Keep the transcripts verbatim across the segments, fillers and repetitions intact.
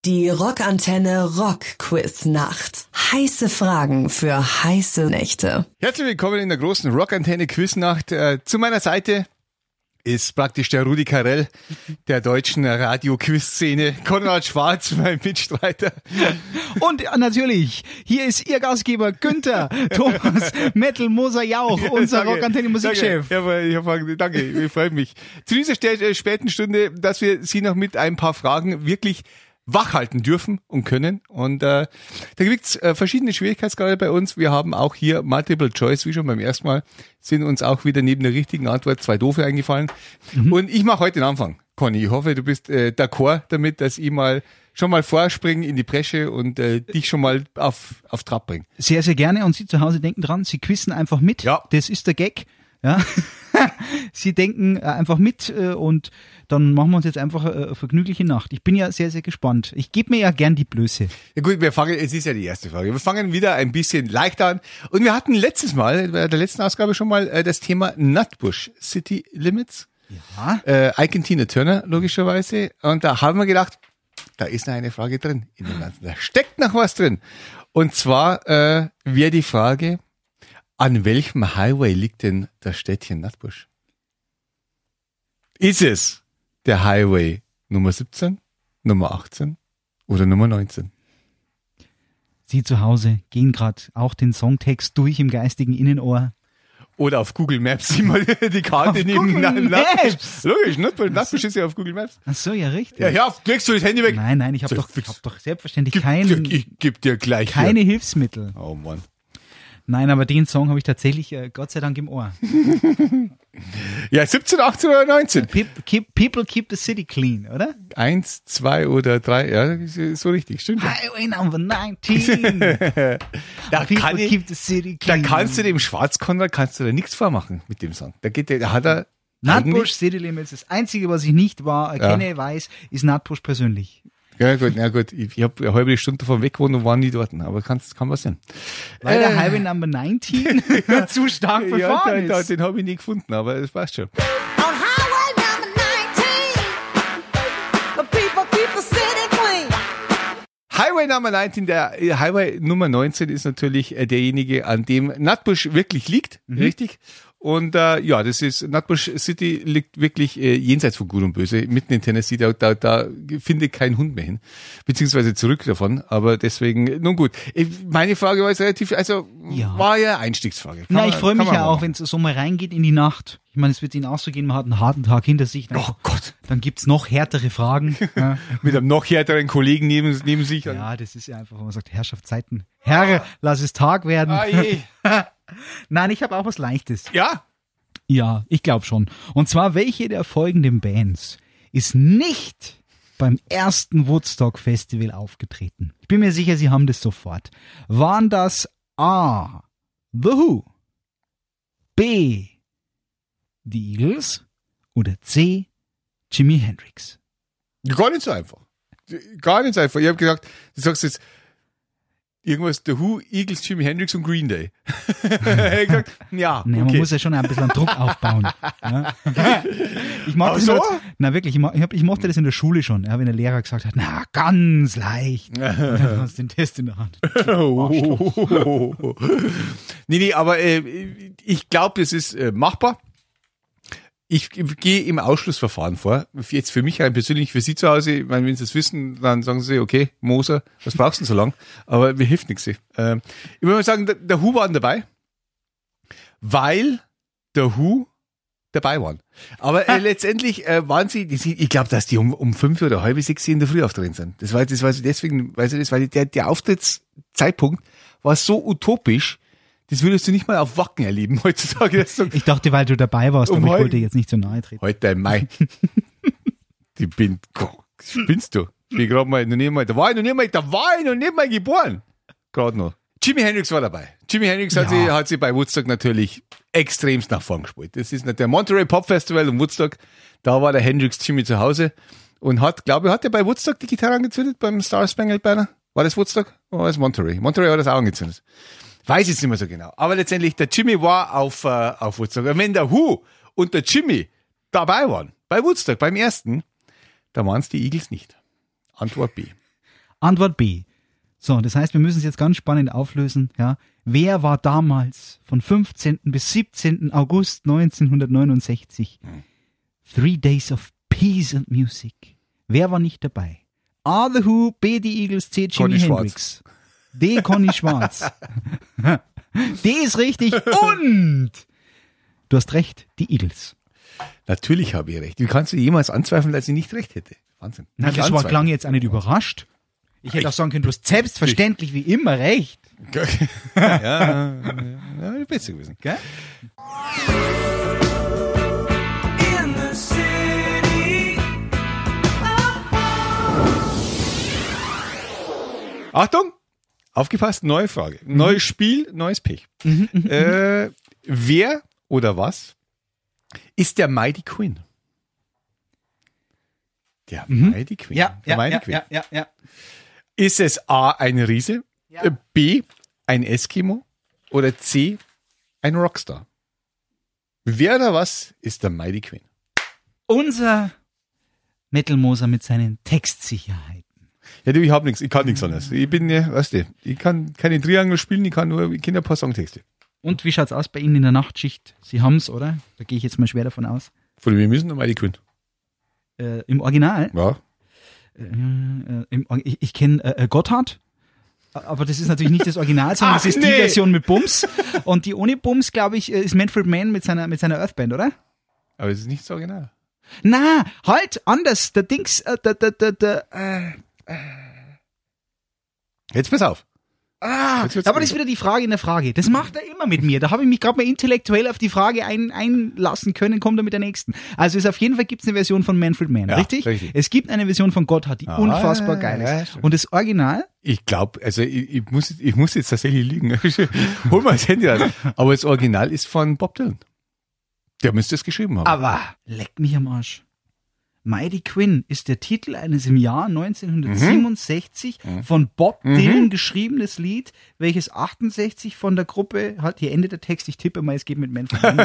Die Rockantenne Rock-Quiz-Nacht. Heiße Fragen für heiße Nächte. Herzlich willkommen in der großen Rockantenne Quiznacht. Äh, zu meiner Seite ist praktisch der Rudi Carrell der deutschen Radio-Quiz-Szene. Konrad Schwarz, mein Mitstreiter. Und natürlich, hier ist Ihr Gastgeber Günther Thomas Metal Moser Jauch, unser Rockantenne-Musikchef. Danke, ja, ja, danke, ich freue mich. Zu dieser späten Stunde, dass wir Sie noch mit ein paar Fragen wirklich wachhalten dürfen und können. Und äh, da gibt's äh, verschiedene Schwierigkeitsgrade bei uns. Wir haben auch hier Multiple Choice, wie schon beim ersten Mal, sind uns auch wieder neben der richtigen Antwort zwei doofe eingefallen. Mhm. Und ich mache heute den Anfang. Conny, ich hoffe, du bist äh, d'accord damit, dass ich mal schon mal vorspringe in die Bresche und äh, dich schon mal auf, auf Trab bringe. Sehr, sehr gerne. Und Sie zu Hause denken dran, Sie quizzen einfach mit. Ja. Das ist der Gag. Ja. Sie denken äh, einfach mit äh, und dann machen wir uns jetzt einfach äh, eine vergnügliche Nacht. Ich bin ja sehr, sehr gespannt. Ich gebe mir ja gern die Blöße. Ja gut, wir fangen, es ist ja die erste Frage. Wir fangen wieder ein bisschen leichter an. Und wir hatten letztes Mal, bei der letzten Ausgabe schon mal, äh, das Thema Nutbush City Limits. Ja. Äh, Ike und Tina Turner, logischerweise. Und da haben wir gedacht, da ist noch eine Frage drin in dem Ganzen. Da steckt noch was drin. Und zwar äh, wäre die Frage, an welchem Highway liegt denn das Städtchen Nutbush? Ist es der Highway Nummer siebzehn, Nummer achtzehn oder Nummer neunzehn? Sie zu Hause gehen gerade auch den Songtext durch im geistigen Innenohr. Oder auf Google Maps, sieh mal die Karte auf neben Google Maps. Logisch, Nutbush, Nutbush ist ja auf Google Maps. Ach so, ja, richtig. Ja, ja, legst du das Handy weg? Nein, nein, ich habe So, doch, ich hab doch selbstverständlich Gib, kein, ich geb dir gleich keine hier. Hilfsmittel. Oh Mann. Nein, aber den Song habe ich tatsächlich, äh, Gott sei Dank, im Ohr. Ja, siebzehn, achtzehn oder neunzehn? People keep, people keep the city clean, oder? Eins, zwei oder drei, ja, ist so richtig, stimmt. Highway number nineteen. Da, People kann ich, keep the city da clean. kannst du dem Schwarzkonrad, kannst du da nichts vormachen mit dem Song. Da geht der, da hat er Nutbush eigentlich- City Limits. Das Einzige, was ich nicht war, erkenne, Ja. weiß, ist Nutbush persönlich. Ja gut, na gut, ich, ich habe eine halbe Stunde davon weg gewohnt und war nie dort, aber kann, kann was sein. Weil Äh. der Highway Number neunzehn zu stark Ja, befahren da, da, ist. den habe ich nie gefunden, aber das passt schon. On Highway number nineteen, the people keep the city clean. Highway Nummer neunzehn, der äh, Highway Nummer neunzehn ist natürlich äh, derjenige, an dem Nutbush wirklich liegt, richtig? Und äh, ja, das ist, Nutbush City liegt wirklich äh, jenseits von Gut und Böse, mitten in Tennessee, da, da, da findet kein Hund mehr hin, beziehungsweise zurück davon, aber deswegen, nun gut. Ich, meine Frage war jetzt relativ, also Ja. war ja Einstiegsfrage. Kann Na, man- ich freue kann mich man ja mal auch, machen. wenn es so mal reingeht in die Nacht. Ich meine, es wird Ihnen auch so gehen, man hat einen harten Tag hinter sich. Dann, Oh Gott, dann gibt's noch härtere Fragen. Ja. mit einem noch härteren Kollegen neben, neben sich. Ja, das ist ja einfach, wenn man sagt, Herrschaftszeiten. Herr, lass es Tag werden. Ah, je. Nein, ich habe auch was Leichtes. Ja, Ja, ich glaube schon. Und zwar, welche der folgenden Bands ist nicht beim ersten Woodstock Festival aufgetreten? Ich bin mir sicher, Sie haben das sofort. Waren das A. The Who, B. Die Eagles oder C. Jimi Hendrix? gar nicht so einfach. Gar nicht so einfach. Ich habe gesagt, du sagst jetzt irgendwas, The Who, Eagles, Jimi Hendrix und Green Day. ich hab gesagt, ja, Nee, man okay. muss ja schon ein bisschen Druck aufbauen. Ja. Ich mag Ach das so? in der- Na wirklich, ich, mag, ich, hab, ich mochte das in der Schule schon, ja, wenn der Lehrer gesagt hat, na, ganz leicht. Und dann hast du den Test in der Hand. nee, nee, aber äh, ich glaube, es ist äh, machbar. Ich gehe im Ausschlussverfahren vor. Jetzt für mich rein persönlich, für Sie zu Hause, ich meine, wenn Sie es wissen, dann sagen Sie, okay, Moser, was brauchst du denn so lang? Aber mir hilft nichts. Ähm, ich würde mal sagen, der, der Who waren dabei, weil der Who dabei waren. Aber äh, letztendlich äh, waren sie, die, sie- ich glaube, dass die um, um fünf oder halb sechs in der Früh auftreten sind. Das war, das war deswegen, weiß ich das, weil der, der Auftrittszeitpunkt war so utopisch, das würdest du nicht mal auf Wacken erleben heutzutage. Das so, Ich dachte, weil du dabei warst, Um aber ich halb- wollte jetzt nicht so nahe treten. heute im Mai. Die bin, spinnst du? Ich bin gerade mal, noch nicht mal, da war ich noch nicht mal, da war ich noch nicht mal geboren. Gerade noch. Jimi Hendrix war dabei. Jimi Hendrix hat, Ja. sie, hat sie bei Woodstock natürlich extremst nach vorn gespielt. Das ist nicht der Monterey Pop Festival in Woodstock. Da war der Hendrix Jimmy zu Hause und hat, glaube ich, hat er bei Woodstock die Gitarre angezündet beim Star Spangled Banner? War das Woodstock? Oder war das Monterey? Monterey hat das auch angezündet. Weiß jetzt nicht mehr so genau. Aber letztendlich, der Jimmy war auf, äh, auf Woodstock. Und wenn der Who und der Jimmy dabei waren, bei Woodstock, beim ersten, da waren es die Eagles nicht. Antwort B. Antwort B. So, das heißt, wir müssen es jetzt ganz spannend auflösen. Ja, wer war damals von fünfzehnten bis siebzehnten August neunzehnhundertneunundsechzig Three Days of Peace and Music? Wer war nicht dabei? A. The Who, B. The Eagles, C. Jimi Conny Hendrix, D. Conny Schwarz. D ist richtig und du hast recht, die Eagles. Natürlich habe ich recht. Wie kannst du jemals anzweifeln, dass ich nicht recht hätte? Wahnsinn. Na, Nicht das war anzweifeln. klang jetzt auch nicht überrascht. Ich hätte auch sagen können, du hast selbstverständlich wie immer recht. ja, ja, ja, besser gewesen. Gell? In the city. Achtung! Aufgepasst, neue Frage. Neues Spiel, neues Pech. äh, wer oder was ist der Mighty Quinn? Der Mighty Quinn. Ja, der ja, Mighty ja, Quinn. ja, ja, ja. Ist es A, ein Riese, Ja. äh, B, ein Eskimo oder C, ein Rockstar? Wer oder was ist der Mighty Quinn? Unser Metal-Moser mit seinen Textsicherheiten. Ja, du, ich hab nichts, ich kann nichts anderes. Ich bin, ja, weißt du, ich kann keine Triangel spielen, ich kann nur, ich kenne ein paar Songtexte. Und wie schaut's aus bei Ihnen in der Nachtschicht? Sie haben's, oder? Da gehe ich jetzt mal schwer davon aus. Von wem ist denn der Mighty Quinn? Äh, Im Original, Ja. äh, im, Or- ich, ich kenne äh, Gotthard, aber das ist natürlich nicht das Original, sondern Ach, das ist nee. die Version mit Bums. Und die ohne Bums, glaube ich, ist Manfred Mann mit seiner, mit seiner Earthband, oder? Aber es ist nicht das Original. Na, halt, anders. Der Dings, äh, der, der, der, der, äh, Jetzt pass auf. ah, Jetzt wird's aber das ist gut. wieder die Frage in der Frage. Das macht er immer mit mir. Da habe ich mich gerade mal intellektuell auf die Frage ein, einlassen können, kommt er mit der nächsten. Also ist auf jeden Fall gibt's eine Version von Manfred Mann, Ja, richtig? richtig. Es gibt eine Version von Gotthard, die Ah, unfassbar geil ja, ist. stimmt. Und das Original, Ich glaube, also ich, ich, muss, ich muss jetzt tatsächlich lügen. Hol mal das Handy raus. Aber das Original ist von Bob Dylan. Der müsste es geschrieben haben. aber leck mich am Arsch. Mighty Quinn ist der Titel eines im Jahr neunzehnhundertsiebenundsechzig Mhm. von Bob Dylan geschriebenes Lied, welches achtundsechzig von der Gruppe, halt hier endet der Text, ich tippe mal, es geht mit Manfred Mann.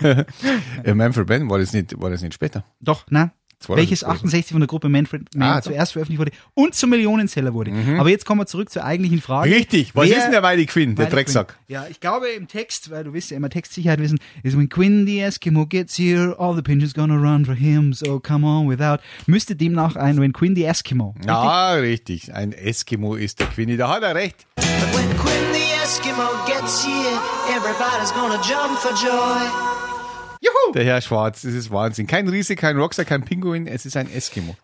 Äh, Manfred Mann, war das nicht, war das nicht später? Doch, na. zweiundsiebzig Welches achtundsechzig von der Gruppe Manfred Mann Ah, doch. zuerst veröffentlicht wurde und zum Millionenseller wurde. Aber jetzt kommen wir zurück zur eigentlichen Frage. Richtig. Was Wer- ist denn der Mighty Quinn, der Mighty Drecksack? Quinn. Ja, ich glaube im Text, weil du willst ja immer Textsicherheit wissen, ist when Quinn the Eskimo gets here, all the pigeons gonna run for him, so come on without. Müsste demnach ein when Quinn the Eskimo. Ja, richtig. Ein Eskimo ist der Quinn. Da hat er recht. But when Quinn the Eskimo gets here, everybody's gonna jump for joy. Juhu! Der Herr Schwarz, das ist Wahnsinn. Kein Riese, kein Rockstar, kein Pinguin, es ist ein Eskimo.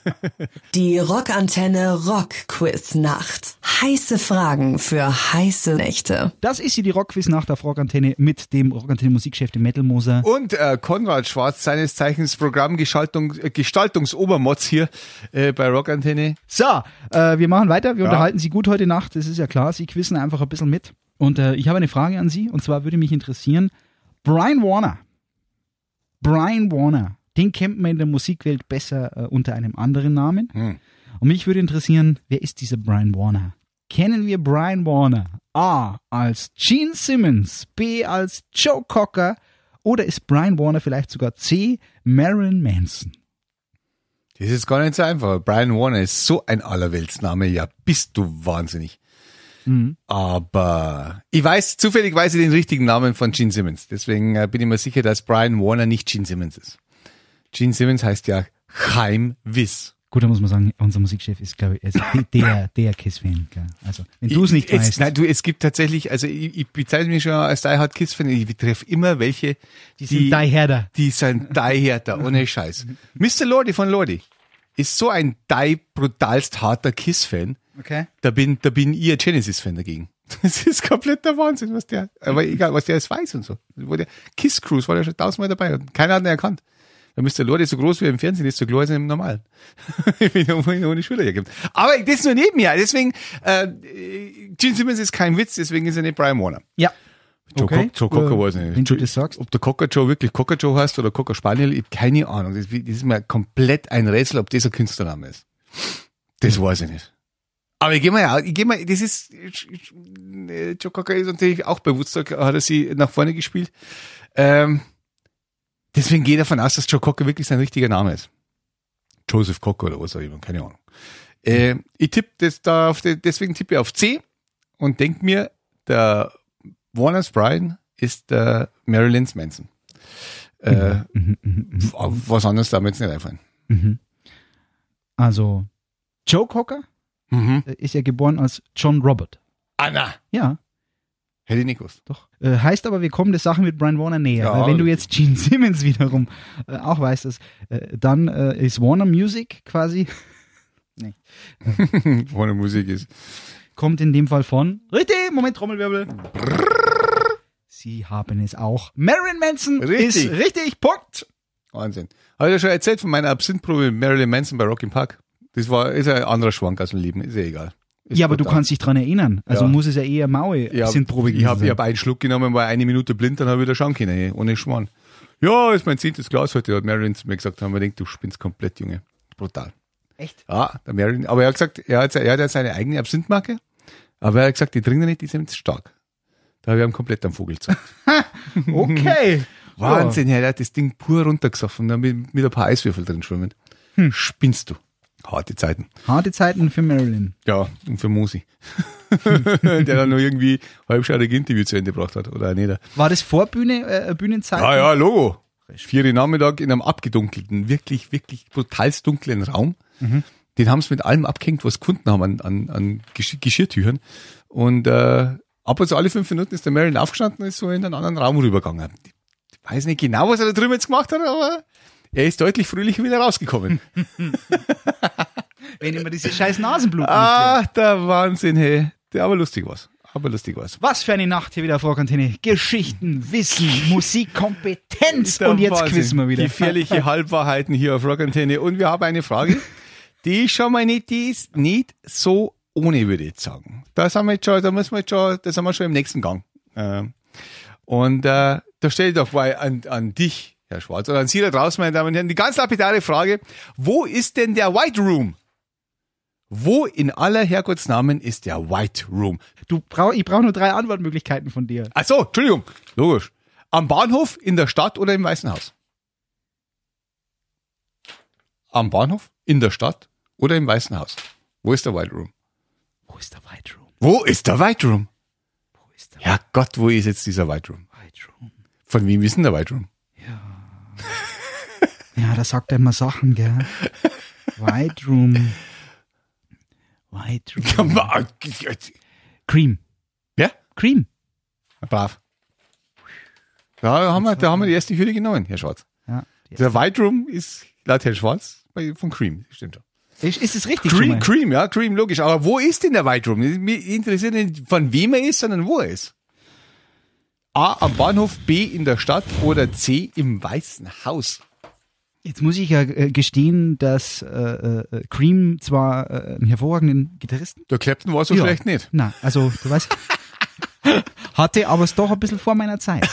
Die Rockantenne Rockquiz Nacht. Heiße Fragen für heiße Nächte. Das ist hier die Rockquiz-Nacht auf Rockantenne mit dem Rockantenne Musikchef, dem Metal Moser. Und äh, Konrad Schwarz, seines Zeichens Programmgestaltung, äh, Gestaltungsobermotz hier äh, bei Rockantenne. So, äh, wir machen weiter. Wir Ja. unterhalten Sie gut heute Nacht. Das ist ja klar. Sie quizzen einfach ein bisschen mit. Und äh, ich habe eine Frage an Sie. Und zwar würde mich interessieren, Brian Warner. Brian Warner. Den kennt man in der Musikwelt besser äh, unter einem anderen Namen. Hm. Und mich würde interessieren, wer ist dieser Brian Warner? Kennen wir Brian Warner A als Gene Simmons, B als Joe Cocker oder ist Brian Warner vielleicht sogar C Marilyn Manson? Das ist gar nicht so einfach. Brian Warner ist so ein Allerweltsname. Ja, bist du wahnsinnig. Mhm. Aber ich weiß, zufällig weiß ich den richtigen Namen von Gene Simmons. Deswegen äh, bin ich mir sicher, dass Brian Warner nicht Gene Simmons ist. Gene Simmons heißt ja Chaim Wiss. Gut, da muss man sagen, unser Musikchef ist, glaube ich, also der, der Kiss-Fan. gell. Also, wenn du es nicht Jetzt- weißt, Nein, du, es gibt tatsächlich, also ich, ich bezeichne mich schon als Die Hard Kiss-Fan. Ich treffe immer welche, die sind Die Herder. die sind Die Härter, ohne Scheiß. Mister Lordi von Lordi ist so ein Die brutalst harter Kiss-Fan. Okay. Da bin, da bin ich ein Genesis-Fan dagegen. Das ist komplett der Wahnsinn, was der, aber egal, was der jetzt weiß und so. Wo der Kiss Cruise war der schon tausendmal dabei und keiner hat ihn erkannt. Der Mister Lordi ist so groß wie er im Fernsehen, ist so klein als er im Normalen. Wenn er ohne ohne Schulter hergibt. Aber das ist nur nebenher, deswegen, äh, Gene Simmons ist kein Witz, deswegen ist er nicht Brian Warner. Ja. Joe, Okay. Cock, Joe Cocker Äh, weiß ich nicht. wenn du das sagst. Ob der Cocker Joe wirklich Cocker Joe heißt oder Cocker Spaniel, ich habe keine Ahnung. Das, das ist mir komplett ein Rätsel, ob das ein Künstlername ist. Das weiß ich nicht. Aber ich gehe mal, ja, ich gehe mal, das ist, äh, Joe Cocker ist natürlich auch bei Woodstock, hat er sie nach vorne gespielt. Ähm, deswegen gehe ich davon aus, dass Joe Cocker wirklich sein richtiger Name ist. Joseph Cocker oder was auch immer, keine Ahnung. Äh, ich tippe das da auf die, deswegen tippe ich auf C und denke mir, der Warner's Brian ist der Marilyn Manson. Äh, Mhm, mhm, mhm. was anderes darf mir jetzt nicht einfallen. Mhm. Also, Joe Cocker Mhm. äh, ist ja geboren als John Robert. Anna. Ja, Hätte ich nicht gewusst. doch. Äh, heißt aber, wir kommen der Sache mit Brian Warner näher. Ja, Weil wenn du jetzt Gene Simmons wiederum äh, auch weißt, dass, äh, dann äh, ist Warner Music quasi, Wo eine Musik ist. kommt in dem Fall von, richtig, Moment, Trommelwirbel. Sie haben es auch. Marilyn Manson Richtig. ist richtig, Punkt. Wahnsinn. Habe ich ja schon erzählt von meiner Absinthprobe mit Marilyn Manson bei Rock im Park. Das war, ist ein anderer Schwank aus dem Leben, ist ja egal. Ist Ja, aber du brutal. kannst dich dran erinnern. Also Ja. muss es ja eher Maui Ja, sind Probe ich gewesen habe sein. hab einen Schluck genommen, war eine Minute blind, dann habe ich wieder schauen können, ey, ohne Schmarrn. Ja, ist mein zehntes Glas heute, hat Marilyn zu mir gesagt, haben wir gedacht, du spinnst komplett, Junge. Brutal. Echt? Ja, der Marilyn, aber er hat gesagt, er hat, er hat ja seine eigene Absinthmarke, aber er hat gesagt, die trinken nicht, die sind stark. Da habe ich ihm komplett am Vogel gezeigt. Okay. Wahnsinn, ja, der hat das Ding pur runtergesoffen, da mit, mit ein paar Eiswürfel drin schwimmen. Hm. Spinnst du. Harte Zeiten. Harte Zeiten für Marilyn. Ja, und für Musi. Der dann noch irgendwie halbscharige Interview zu Ende gebracht hat, oder nicht. War das Vorbühne, äh, Bühnenzeit? Ja, ja, Logo. Vier Uhr Nachmittag in einem abgedunkelten, wirklich, wirklich brutalst dunklen Raum. Mhm. Den haben sie mit allem abgehängt, was Kunden haben an, an, an Gesch- Geschirrtüchern. Und äh, ab und zu alle fünf Minuten ist der Marilyn aufgestanden und ist so in einen anderen Raum rübergegangen. Ich weiß nicht genau, was er da drüben jetzt gemacht hat, aber er ist deutlich fröhlicher wieder rausgekommen. Wenn immer diese scheiß Nasenbluten nicht Ach, der Wahnsinn, hey. Der aber lustig war's. Aber lustig war's. Was für eine Nacht hier wieder auf Rockantenne. Geschichten, Wissen, Musik, Kompetenz Der und jetzt Wahnsinn. quizzen wir wieder. Gefährliche Halbwahrheiten hier auf Rockantenne. Und wir haben eine Frage, die ist schon mal nicht, die ist nicht so ohne, würde ich jetzt sagen. Da sind wir jetzt schon, da müssen wir jetzt schon, da sind wir schon im nächsten Gang. Ähm, Und äh, da stelle ich doch mal an, an dich, Herr Schwarz, oder an Sie da draußen, meine Damen und Herren, die ganz lapidare Frage, wo ist denn der White Room? Wo in aller Herrgottsnamen ist der White Room? Du brauch, ich brauche nur drei Antwortmöglichkeiten von dir. Ach so, Entschuldigung, logisch. Am Bahnhof, in der Stadt oder im Weißen Haus? Am Bahnhof, in der Stadt oder im Weißen Haus? Wo ist der White Room? Wo ist der White Room? Wo ist der White Room? Wo ist der Ja Gott, wo ist jetzt dieser White Room? White Room? Von wem ist denn der White Room? Ja, da sagt er immer Sachen, gell? White Room. White Room. Cream. Ja? Cream. Brav. Da haben wir, da haben wir die erste Hürde genommen, Herr Schwarz. Ja. Der White Room ist laut Herrn Schwarz bei, von Cream. Stimmt schon. Ist, ist es richtig? schon Cream, mal? Cream, ja, Cream, logisch. Aber wo ist denn der White Room? Mich interessiert nicht, von wem er ist, sondern wo er ist. A, am Bahnhof, B, in der Stadt oder C, im Weißen Haus. Jetzt muss ich ja äh, gestehen, dass äh, äh, Cream zwar äh, einen hervorragenden Gitarristen. Der Clapton war so Ja. schlecht nicht. Na, also du weißt, hatte aber es doch ein bisschen vor meiner Zeit.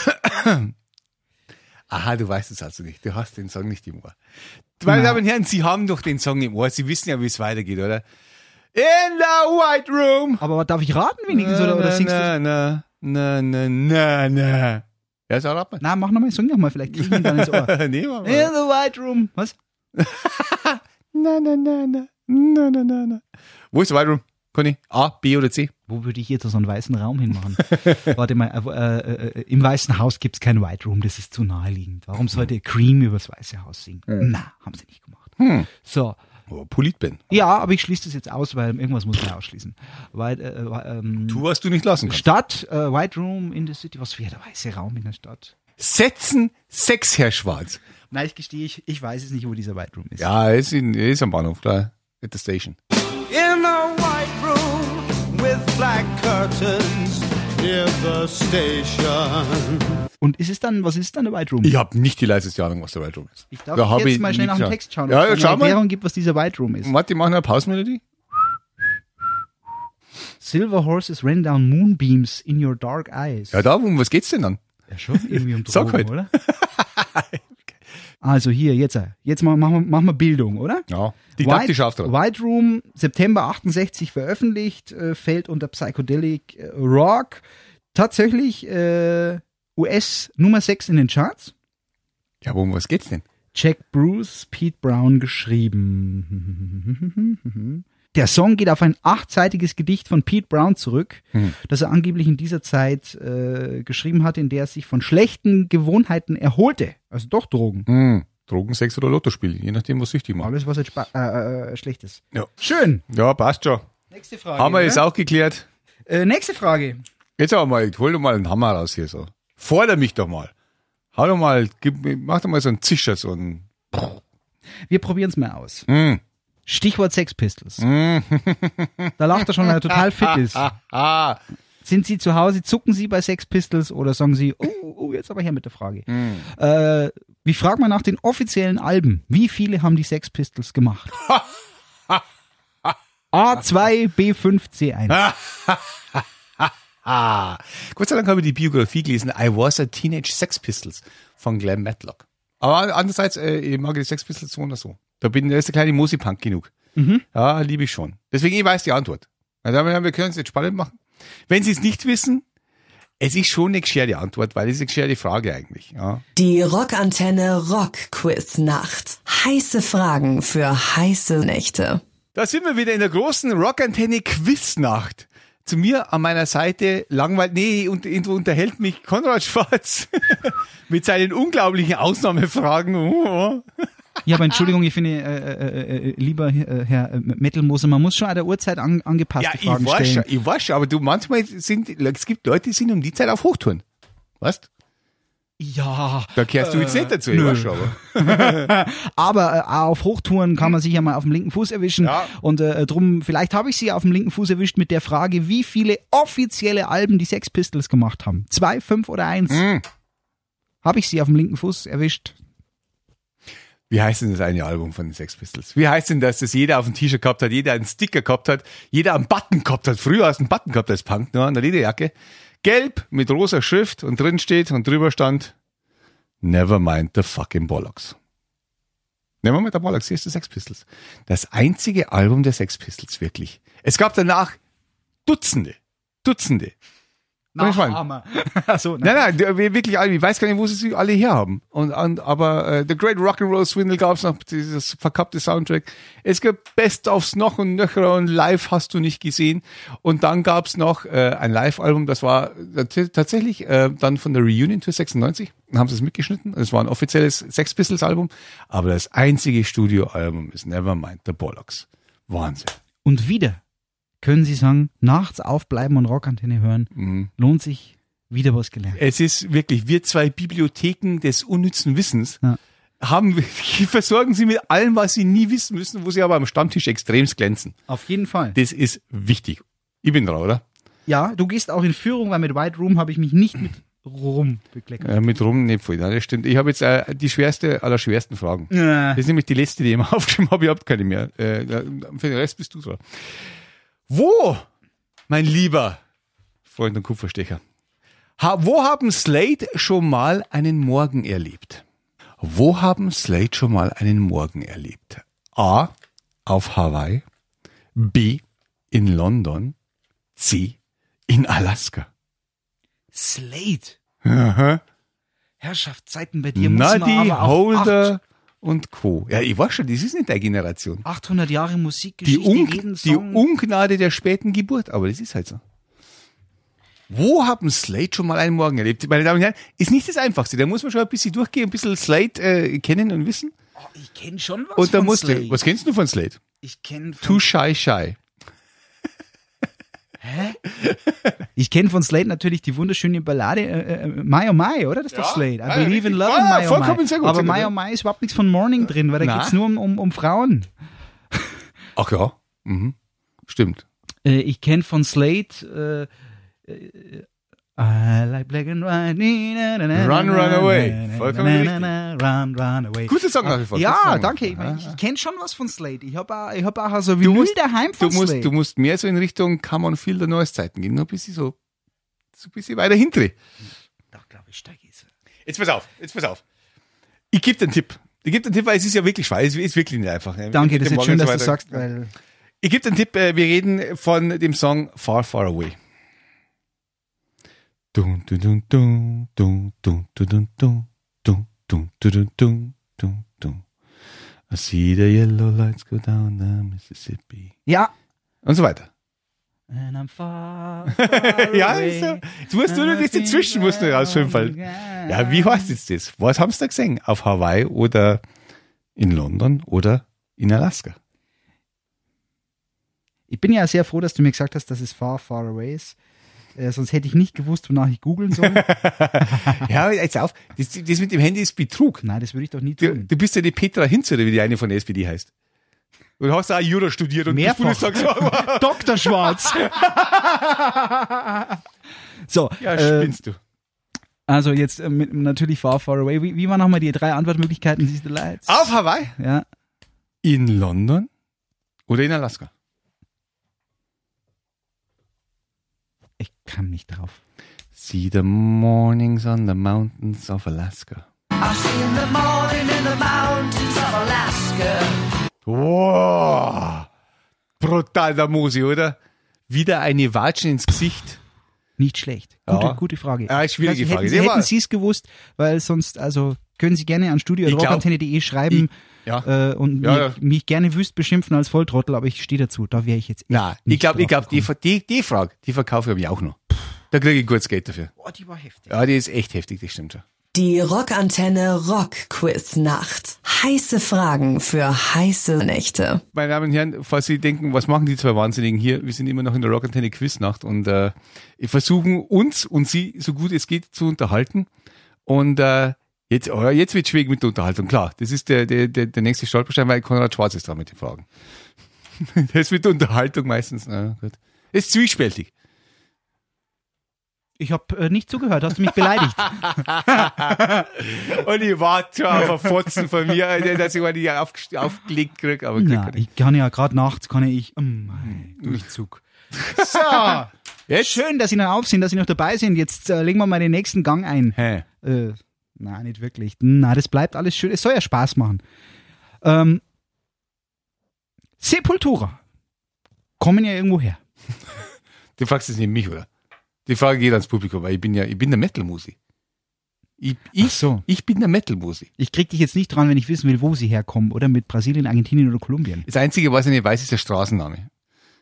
Aha, du weißt es also nicht. Du hast den Song nicht im Ohr. Meine Damen und Herren, Sie haben doch den Song im Ohr. Sie wissen ja, wie es weitergeht, oder? In the White Room. Aber darf ich raten wenigstens oder, oder singst du? na, na, na, na, na, na. Ja, sag ab mal. Na, mach nochmal, sing nochmal, vielleicht krieg ich ihn dann ins Ohr. nee, mach In mal. the White Room. Was? Na, na, na, na, na, na, na, na. Wo ist der White Room? Conny? A, B oder C? Wo würde ich jetzt so einen weißen Raum hinmachen? Warte mal, äh, äh, äh, im Weißen Haus gibt's kein White Room, das ist zu naheliegend. Warum sollte Cream übers Weiße Haus singen? Na, haben sie nicht gemacht. Hm. So, Oh, Politben. ja, aber ich schließe das jetzt aus, weil irgendwas muss man ausschließen. Weil, äh, äh, ähm, Tu, was du nicht lassen kannst. Stadt, äh, White Room in the City, was wäre der weiße Raum in der Stadt? Setzen sechs, Herr Schwarz. Nein, ich gestehe, ich, ich weiß es nicht, wo dieser White Room ist. Ja, er ist, in, er ist am Bahnhof, da. At the station. In a white room with black curtains near the station. Und ist es dann, was ist dann der White Room? Ich habe nicht die leiseste Ahnung, was der White Room ist. Ich darf Da hab jetzt ich mal schnell nach nicht dem geschaut. Text schauen, Ja, ob ja, es schau eine mal. Erklärung gibt, was dieser White Room ist. Warte, die machen eine Pausmelodie. Silver horses ran down moonbeams in your dark eyes. Ja, da, um was geht's denn dann? Ja, schon irgendwie um Sag Drogen, halt. oder? Also hier, jetzt, äh, jetzt mal- machen wir, machen wir Bildung, oder? Ja, didaktischer Auftrag. White Room, September achtundsechzig veröffentlicht, äh, fällt unter Psychedelic äh, Rock. Tatsächlich äh, U S Nummer sechs in den Charts. Ja, aber um was geht's denn? Jack Bruce, Pete Brown geschrieben. Der Song geht auf ein achtseitiges Gedicht von Pete Brown zurück, mhm. das er angeblich in dieser Zeit äh, geschrieben hat, in der er sich von schlechten Gewohnheiten erholte. Also doch Drogen. Mhm. Drogen, Sex oder Lottospiel, je nachdem, was süchtig macht. Alles, was jetzt spa- äh, äh, schlecht ist. Ja. Schön. Ja, passt schon. Nächste Frage. Haben wir oder? jetzt auch geklärt. Äh, nächste Frage. Jetzt aber mal, hol doch mal einen Hammer raus hier so. Forder mich doch mal. Hau doch mal, gib, mach doch mal so einen Zischer, so einen. Wir probieren es mal aus. Mm. Stichwort Sex Pistols. Mm. Da lacht er schon, weil er total fit ist. Ah. Sind Sie zu Hause, zucken Sie bei Sex Pistols oder sagen Sie, oh, oh jetzt aber her mit der Frage. Mm. Äh, wie fragt man nach den offiziellen Alben? Wie viele haben die Sex Pistols gemacht? A zwei, B fünf, C eins. Ah. Gott sei Dank habe ich die Biografie gelesen. I was a Teenage Sex Pistols von Glenn Matlock. Aber andererseits, äh, ich mag die Sex Pistols so oder so. Da bin, da ist der kleine Mosi-Punk genug. Mhm. Ja, liebe ich schon. Deswegen, ich weiß die Antwort. Also, wir können es jetzt spannend machen. Wenn Sie es nicht wissen, es ist schon eine gescherte Antwort, weil es ist eine gescherte Frage eigentlich. Ja. Die Rockantenne Rock-Quiz-Nacht. Heiße Fragen für heiße Nächte. Da sind wir wieder in der großen Rockantenne Quiznacht. Zu mir an meiner Seite langweilt, nee, und, unterhält mich Konrad Schwarz mit seinen unglaublichen Ausnahmefragen. Oh. Ja, aber Entschuldigung, ich finde, äh, äh, lieber äh, Herr Mettelmoser, man muss schon an der Uhrzeit an, angepasste ja, Fragen ich weiß stellen. Schon, ich weiß schon, aber du, manchmal sind, es gibt Leute, die sind um die Zeit auf Hochtouren. Weißt? Ja. Da kehrst du jetzt äh, nicht dazu, ich nö. weiß schon, aber. Aber äh, auf Hochtouren kann man sich ja mal auf dem linken Fuß erwischen. Ja. Und äh, drum, vielleicht habe ich sie auf dem linken Fuß erwischt mit der Frage, wie viele offizielle Alben die Sex Pistols gemacht haben. Zwei, fünf oder eins? Mhm. Habe ich sie auf dem linken Fuß erwischt? Wie heißt denn das eine Album von den Sex Pistols? Wie heißt denn das, dass jeder auf dem T-Shirt gehabt hat, jeder einen Sticker gehabt hat, jeder einen Button gehabt hat? Früher hast du einen Button gehabt als Punk, nur an der Lederjacke. Gelb mit rosa Schrift und drin steht und drüber stand Never mind the fucking Bollocks. Never mind the Bollocks, hier ist die Sex Pistols. Das einzige Album der Sex Pistols, wirklich. Es gab danach Dutzende, Dutzende. Nachhammer. Achso, Nein, nein, der- wirklich alle. Ich weiß gar nicht, wo sie sie alle herhaben. Und, und aber äh, The Great Rock'n'Roll Swindle gab's noch, dieses verkappte Soundtrack. Es gibt Best-ofs noch und nöcher und Live hast du nicht gesehen. Und dann gab's noch äh, ein Live-Album, das war t- tatsächlich äh, dann von der Reunion Tour sechsundneunzig. Dann haben sie es mitgeschnitten. Es war ein offizielles Sex Pistols Album. Aber das einzige Studioalbum ist Nevermind the Bollocks. Wahnsinn. Und wieder können Sie sagen, nachts aufbleiben und Rockantenne hören, Mhm. lohnt sich, wieder was gelernt. Es ist wirklich, wir zwei Bibliotheken des unnützen Wissens Ja. haben, versorgen sie mit allem, was sie nie wissen müssen, wo sie aber am Stammtisch extremst glänzen. Auf jeden Fall. Das ist wichtig. Ich bin dran, oder? Ja, du gehst auch in Führung, weil mit White Room habe ich mich nicht mit Rum bekleckert. Äh, mit rum, nicht voll. Ja, das stimmt. Ich habe jetzt äh, die schwerste aller schwersten Fragen. Ja. Das ist nämlich die letzte, die ich immer aufgeschrieben habe. Ich habe keine mehr. Äh, für den Rest bist du dran. Wo, mein lieber Freund und Kupferstecher, ha, wo haben Slade schon mal einen Morgen erlebt? Wo haben Slade schon mal einen Morgen erlebt? A. Auf Hawaii. B. In London. C. In Alaska. Slade. Aha. Herrschaftszeiten bei dir muss man Nuddy, aber auch Holder und Co. Ja, ich weiß schon, das ist nicht deine Generation. achthundert Jahre Die, Musikgeschichte, Un jeden die Song. Ungnade der späten Geburt, aber das ist halt so. Wo haben Slade schon mal einen Morgen erlebt? Meine Damen und Herren, ist nicht das Einfachste. Da muss man schon ein bisschen durchgehen, ein bisschen Slade äh, kennen und wissen. Oh, ich kenne schon was Und da von musst Slade. du, was kennst du von Slade? Ich kenne von, Too Shy Shy. ich kenn von Slade natürlich die wunderschöne Ballade äh, äh, My Oh My, oder? Das ist doch Slade. I ja, believe in richtig. love Ah, and My Oh vollkommen My. sehr gut, Aber sehr gut, My ja. Oh My ist überhaupt nichts von Morning drin, weil da Nein. geht's nur um, um, um Frauen. Ach ja, mhm. Stimmt. Äh, ich kenne von Slade äh, äh, I like black and white. Na, na, na, Run, na, run na, away. na, na, Vollkommen na, na, na, Run, run away. Guter Song nach wie vor. Ja, guter Song. danke. Ich, mein, ich kenne schon was von Slade. Ich habe auch, ich hab auch so wie Du Müll musst- daheim Du von musst, Slade. du musst mehr so in Richtung Come on Feel der Neueszeiten gehen, nur ein bisschen so, so ein bisschen weiter hinten. Doch, glaube ich, steig ist. Jetzt pass auf, jetzt pass auf. Ich gebe dir einen Tipp. Ich gebe dir einen Tipp, weil es ist ja wirklich schwer, es ist wirklich nicht einfach. ne? Danke, Mit das ist dem jetzt schön, Morgen dass und du so sagst, weiter. weil Ich gebe dir einen Tipp, äh, wir reden von dem Song Far, Far Away. Dun, dun, dun, dun, dun, dun, dun, dun, dun, dun, dun, dun, dun, dun, dun. I see the yellow lights go down the Mississippi. ja, Und so weiter. And I'm far, far Ja, away. ist so. Jetzt musst du nur das dazwischen musst du rausfilmen. Ja, wie heißt jetzt das? Was haben sie da gesehen? Auf Hawaii oder in London oder in Alaska? Ich bin ja sehr froh, dass du mir gesagt hast, dass es far, far away ist. Äh, sonst hätte ich nicht gewusst, wonach ich googeln soll. Ja, jetzt auf. Das, das mit dem Handy ist Betrug. Nein, das würde ich doch nie Du, tun. du bist ja die Petra Hinz, oder wie die eine von der S P D heißt. Und hast auch Jura studiert und Mehrfach. bist Bundestagswahl. Doktor Schwarz. So, Ja, äh, spinnst du. also jetzt äh, mit, natürlich far, far away. Wie, wie waren nochmal die drei Antwortmöglichkeiten? Siehst du leid? Auf Hawaii, Ja. in London oder in Alaska? Ich kam nicht drauf. See the mornings on the mountains of Alaska. I've seen the morning in the mountains of Alaska. Wow. Brutal der Musi, oder? Wieder eine Watschen ins Gesicht. Nicht schlecht. Gute, Ja. gute Frage. Ja, schwierige Hätten- Frage. Hätten, Die war- hätten Sie es gewusst, weil sonst, also können Sie gerne an studio Ich glaub- rockantenne punkt de schreiben Ich- ja. äh, und Ja, mich, ja. mich gerne wüst beschimpfen als Volltrottel, aber ich stehe dazu. Da wäre ich jetzt echt Na, ich nicht glaube, ich drauf glaube, die, gekommen. die, die Frage, die verkaufe ich mich auch noch. Da kriege ich gutes Geld dafür. Boah, die war heftig. Ja, die ist echt heftig, das stimmt schon. Die Rockantenne Rock Quiz Nacht. Heiße Fragen für heiße Nächte. Meine Damen und Herren, falls Sie denken, was machen die zwei Wahnsinnigen hier? Wir sind immer noch in der Rockantenne Quiznacht und äh, wir versuchen uns und Sie so gut es geht zu unterhalten. Und äh, jetzt, oh, jetzt wird schwierig mit der Unterhaltung. Klar, das ist der, der, der, der nächste Stolperstein, weil Konrad Schwarz ist dran mit den Fragen. Das ist mit der Unterhaltung meistens. Na, gut. Das ist zwiespältig. Ich habe äh, nicht zugehört, hast du mich beleidigt? Und ich warte schon auf einen Fotzen von mir, Alter, dass ich mal nicht auf, aufgelegt kriege. Aber krieg Na, ich nicht. ich kann ja gerade nachts, kann ja ich, mm, mein Durchzug. So, Jetzt? schön, dass Sie noch auf sind, dass Sie noch dabei sind. Jetzt äh, legen wir mal den nächsten Gang ein. Hä? Äh, nein, nicht wirklich. Na, das bleibt alles schön. Es soll ja Spaß machen. Ähm, Sepultura kommen ja irgendwo her. Du fragst jetzt nicht mich, oder? Die Frage geht ans Publikum, weil ich bin ja, ich bin der Metal-Musi. Ich, ich, Ach so. ich bin der Metal-Musi. Ich krieg dich jetzt nicht dran, wenn ich wissen will, wo sie herkommen, oder mit Brasilien, Argentinien oder Kolumbien. Das Einzige, was ich nicht weiß, ist der Straßenname.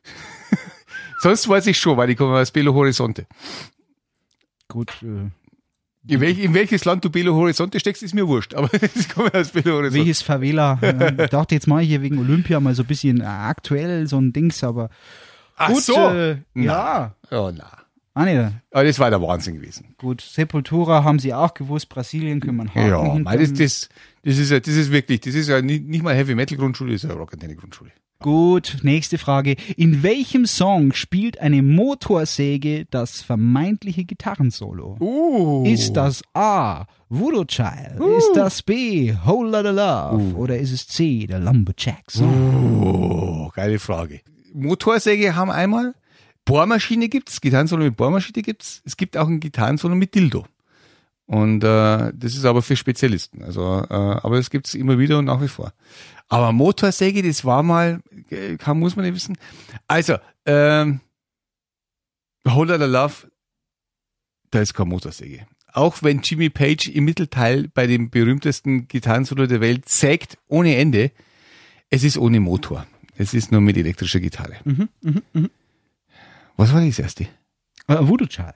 Sonst weiß ich schon, weil ich komme aus Belo Horizonte. Gut, äh, In, welch, in welches Land du Belo Horizonte steckst, ist mir wurscht, aber ich komme aus Belo Horizonte. welches Favela? Äh, ich dachte jetzt mal hier wegen Olympia mal so ein bisschen äh, aktuell so ein Dings, aber Ach gut, so. äh, ja. Oh, na. Ah, nee, Aber das war der Wahnsinn gewesen. gut, Sepultura haben sie auch gewusst, Brasilien können wir einen Haken Ja, hinter- weil das, das, das ist ja, das ist wirklich, das ist ja nicht, nicht mal Heavy Metal Grundschule, das ist ja Rockantenne Grundschule. Gut, nächste Frage. In welchem Song spielt eine Motorsäge das vermeintliche Gitarrensolo? Uh. Ist das A, Voodoo Child? Ist das B, Whole Lotta Love? Oder ist es C, der Lumberjack Song? Oh, geile Frage. Motorsäge haben einmal, Bohrmaschine gibt's, Gitarrensolo mit Bohrmaschine gibt's, es gibt auch ein Gitarrensolo mit Dildo. Und äh, das ist aber für Spezialisten. Also, äh, aber das gibt's immer wieder und nach wie vor. Aber Motorsäge, das war mal, äh, kann, muss man nicht wissen. Also, ähm, Whole Lotta Love, da ist keine Motorsäge. Auch wenn Jimmy Page im Mittelteil bei dem berühmtesten Gitarrensolo der Welt sägt ohne Ende, es ist ohne Motor. Es ist nur mit elektrischer Gitarre. Mhm, mhm, mhm. Was war das erste? Äh, Voodoo Child.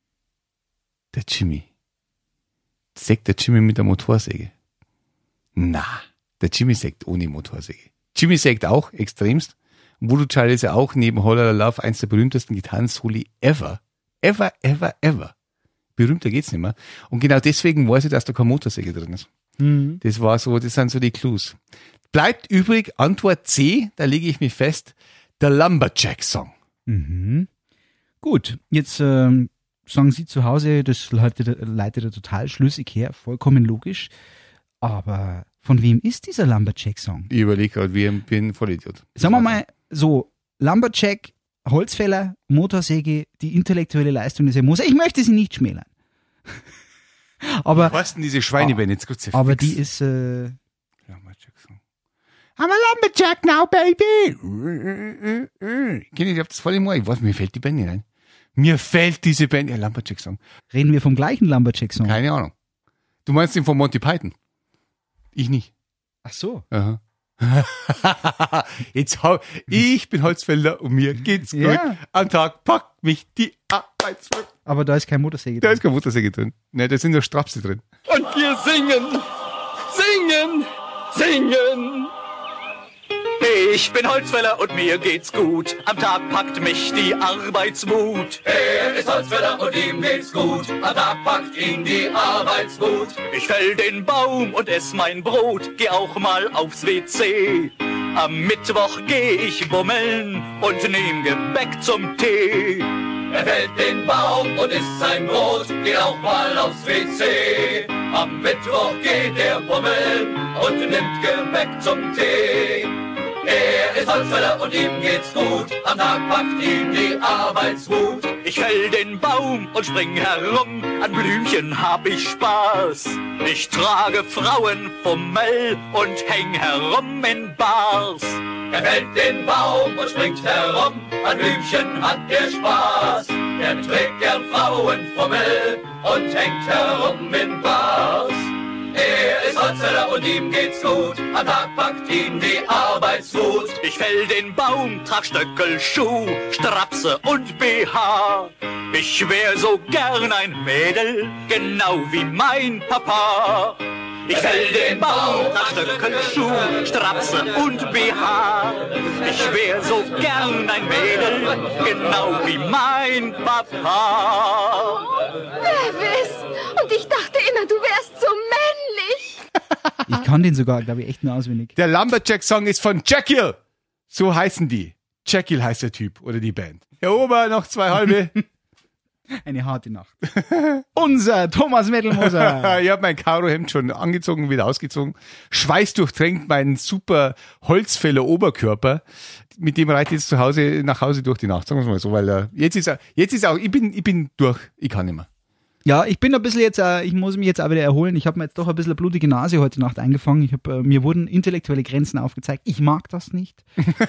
Der Jimmy. Sägt der Jimmy mit der Motorsäge? Na, der Jimmy sägt ohne Motorsäge. Jimmy sägt auch extremst. Voodoo Child ist ja auch neben Whole Lotta Love eins der berühmtesten Gitarrensoli ever. Ever, ever, ever. Berühmter geht's nicht mehr. Und genau deswegen weiß ich, dass da keine Motorsäge drin ist. Mhm. Das war so, das sind so die Clues. Bleibt übrig Antwort C, da lege ich mich fest, der Lumberjack Song. Mhm. Gut, jetzt ähm, sagen Sie zu Hause, das leitet, leitet er total schlüssig her, vollkommen logisch. Aber von wem ist dieser Lumberjack-Song? Ich überlege gerade, wie ich bin ein Vollidiot. Sagen wir mal so, Lumberjack, Holzfäller, Motorsäge, die intellektuelle Leistung dieser Moser. Ich möchte sie nicht schmälern. aber Was denn diese Schweinebände? Jetzt kurz aber die ist, äh, Lumberjack Song. I'm a Lumberjack now, baby. Kenn ich, ich hab das voll im Ohr. Ich weiß, mir fällt die Band nicht ein. Mir fällt diese Band, ja, Lumberjack Song. reden wir vom gleichen Lumberjack-Song. Keine Ahnung. Du meinst den von Monty Python? Ich nicht. Ach so. Aha. Jetzt hau, ich bin Holzfäller und mir geht's Ja. gut. Am Tag packt mich die Arbeitswut. Aber da ist kein Motorsäge Da drin. ist keine Muttersäge drin. Ne, da sind nur Strapse drin. Und wir singen, singen, singen. Ich bin Holzfäller und mir geht's gut. Am Tag packt mich die Arbeitswut. Er ist Holzfäller und ihm geht's gut. Am Tag packt ihn die Arbeitswut. Ich fäll den Baum und ess mein Brot. Geh auch mal aufs W C. Am Mittwoch geh ich bummeln und nehm Gebäck zum Tee. Er fällt den Baum und isst sein Brot, geht auch mal aufs W C. Am Mittwoch geht er bummeln und nimmt Gebäck zum Tee. Er ist Holzfäller und ihm geht's gut, am Tag packt ihn die Arbeitswut. Ich fäll den Baum und spring herum, an Blümchen hab ich Spaß. Ich trage Frauenfummel und häng herum in Bars. Er fällt den Baum und springt herum, an Blümchen hat er Spaß. Er trägt gern Frauenfummel und hängt herum in Bars. Er ist Holzfäller und ihm geht's gut, am Tag packt ihn die Arbeitswut. Ich fäll den Baum, trag Stöckel, Schuh, Strapse und B H. Ich wär so gern ein Mädel, genau wie mein Papa. Ich fäll den Baum, trag Stöckel, Schuh, Strapse und B H. Ich wär so gern ein Mädel, genau wie mein Papa. Elvis, und ich dachte immer, du wärst so männlich. Ich kann den sogar, glaube ich, echt nur auswendig. Der Lumberjack-Song ist von Jekyll. So heißen die. Jekyll heißt der Typ oder die Band. Herr Ober, noch zwei halbe. Eine harte Nacht. Unser Thomas Mettelmoser. Ich habe mein Karohemd schon angezogen, wieder ausgezogen. Schweißdurchtränkt meinen super Holzfäller Oberkörper. Mit dem reite ich jetzt zu Hause, nach Hause durch die Nacht, sagen wir mal so, weil äh, jetzt ist er, jetzt ist auch, ich bin, ich bin durch, ich kann nicht mehr. Ja, ich bin ein bisschen jetzt, äh, ich muss mich jetzt auch wieder erholen. Ich habe mir jetzt doch ein bisschen eine blutige Nase heute Nacht eingefangen. Ich hab, äh, mir wurden intellektuelle Grenzen aufgezeigt. Ich mag das nicht.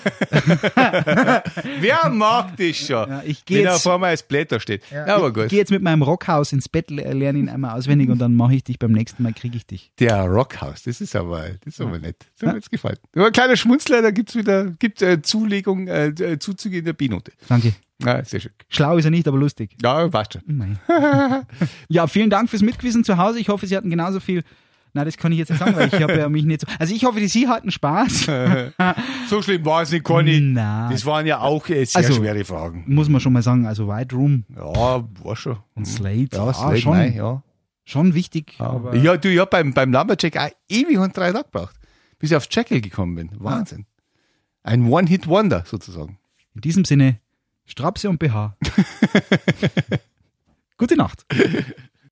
Wer mag das schon? Ja, ich geh wenn er jetzt- vor mir als Blätter steht. Ja, aber Ich gut. gehe jetzt mit meinem Rockhaus ins Bett, le- lerne ihn einmal auswendig und dann mache ich dich beim nächsten Mal, kriege ich dich. Der Rockhaus, das ist aber, das ist aber nett. Das hat mir jetzt gefallen. Aber ein kleiner Schmunzler, da gibt's wieder, gibt äh, Zulegung, äh, äh, Zuzüge in der B-Note. Danke. Ja, sehr schön. Schlau ist er nicht, aber lustig. Ja, passt schon. Nein. Ja, vielen Dank fürs Mitquissen zu Hause. Ich hoffe, Sie hatten genauso viel. Nein, das kann ich jetzt nicht sagen, weil ich habe ja mich nicht so. Also ich hoffe, Sie hatten Spaß. So schlimm war es nicht, Conny. Nein. Das waren ja auch äh, sehr Also- schwere Fragen. Muss man schon mal sagen. Also White Room Ja, war schon. und Slate. Ja, ah, Slade, schon, nein, ja. schon wichtig. Aber Ja, du, ja, beim, beim Lumberjack auch ewig und drei Tage gebraucht, bis ich auf Jekyll gekommen bin. Wahnsinn. Ein One-Hit-Wonder sozusagen. in diesem Sinne, Strapse und B H. Gute Nacht.